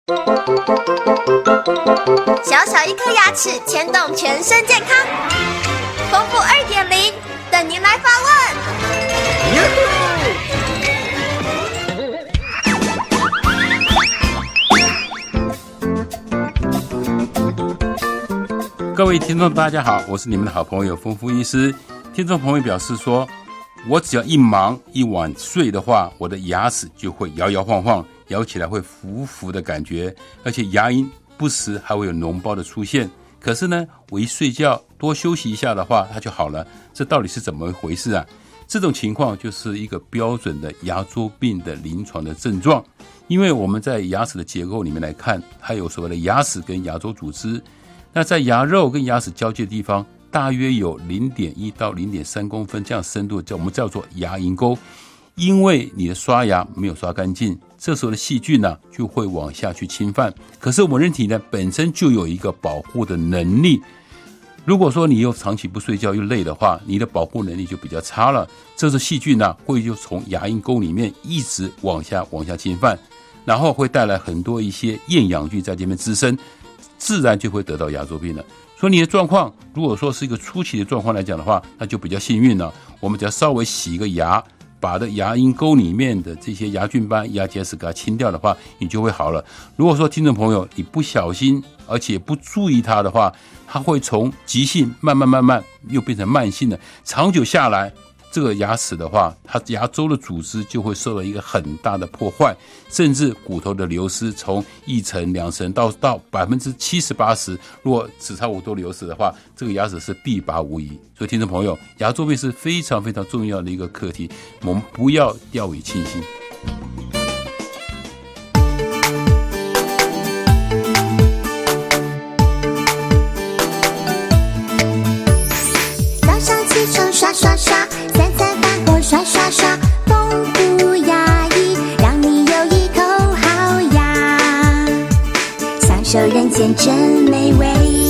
小小一颗牙齿牵动全身健康，丰富2.0等您来发问。各位听众大家好，我是你们的好朋友丰富医师。听众朋友表示说，我只要一忙一晚睡的话，我的牙齿就会摇摇晃晃，咬起来会浮浮的感觉，而且牙龈不时还会有脓包的出现。可是呢，我一睡觉多休息一下的话，它就好了。这到底是怎么回事啊？这种情况就是一个标准的牙周病的临床的症状。因为我们在牙齿的结构里面来看，它有所谓的牙齿跟牙周组织。那在牙肉跟牙齿交界的地方，大约有 0.1 到 0.3 公分这样深度，我们叫做牙龈沟。因为你的刷牙没有刷干净，这时候的细菌呢就会往下去侵犯。可是我们人体呢本身就有一个保护的能力，如果说你又长期不睡觉又累的话，你的保护能力就比较差了。这时候细菌呢会就从牙龈沟里面一直往下侵犯，然后会带来很多一些厌氧菌在这边滋生，自然就会得到牙周病了。所以你的状况如果说是一个初期的状况来讲的话，那就比较幸运了。我们只要稍微洗一个牙，把的牙龈沟里面的这些牙菌斑、牙结石给它清掉的话，你就会好了。如果说听众朋友你不小心而且不注意它的话，它会从急性慢慢又变成慢性的，长久下来这个牙齿的话，它牙周的组织就会受到一个很大的破坏，甚至骨头的流失，从1层2层到 70-80%， 如果齿槽骨都流失的话，这个牙齿是必拔无疑。所以听众朋友，牙周病是非常非常重要的一个课题，我们不要掉以轻心。 早上起床刷刷刷，三餐饭后刷刷刷，丰富牙医让你有一口好牙，享受人间真美味。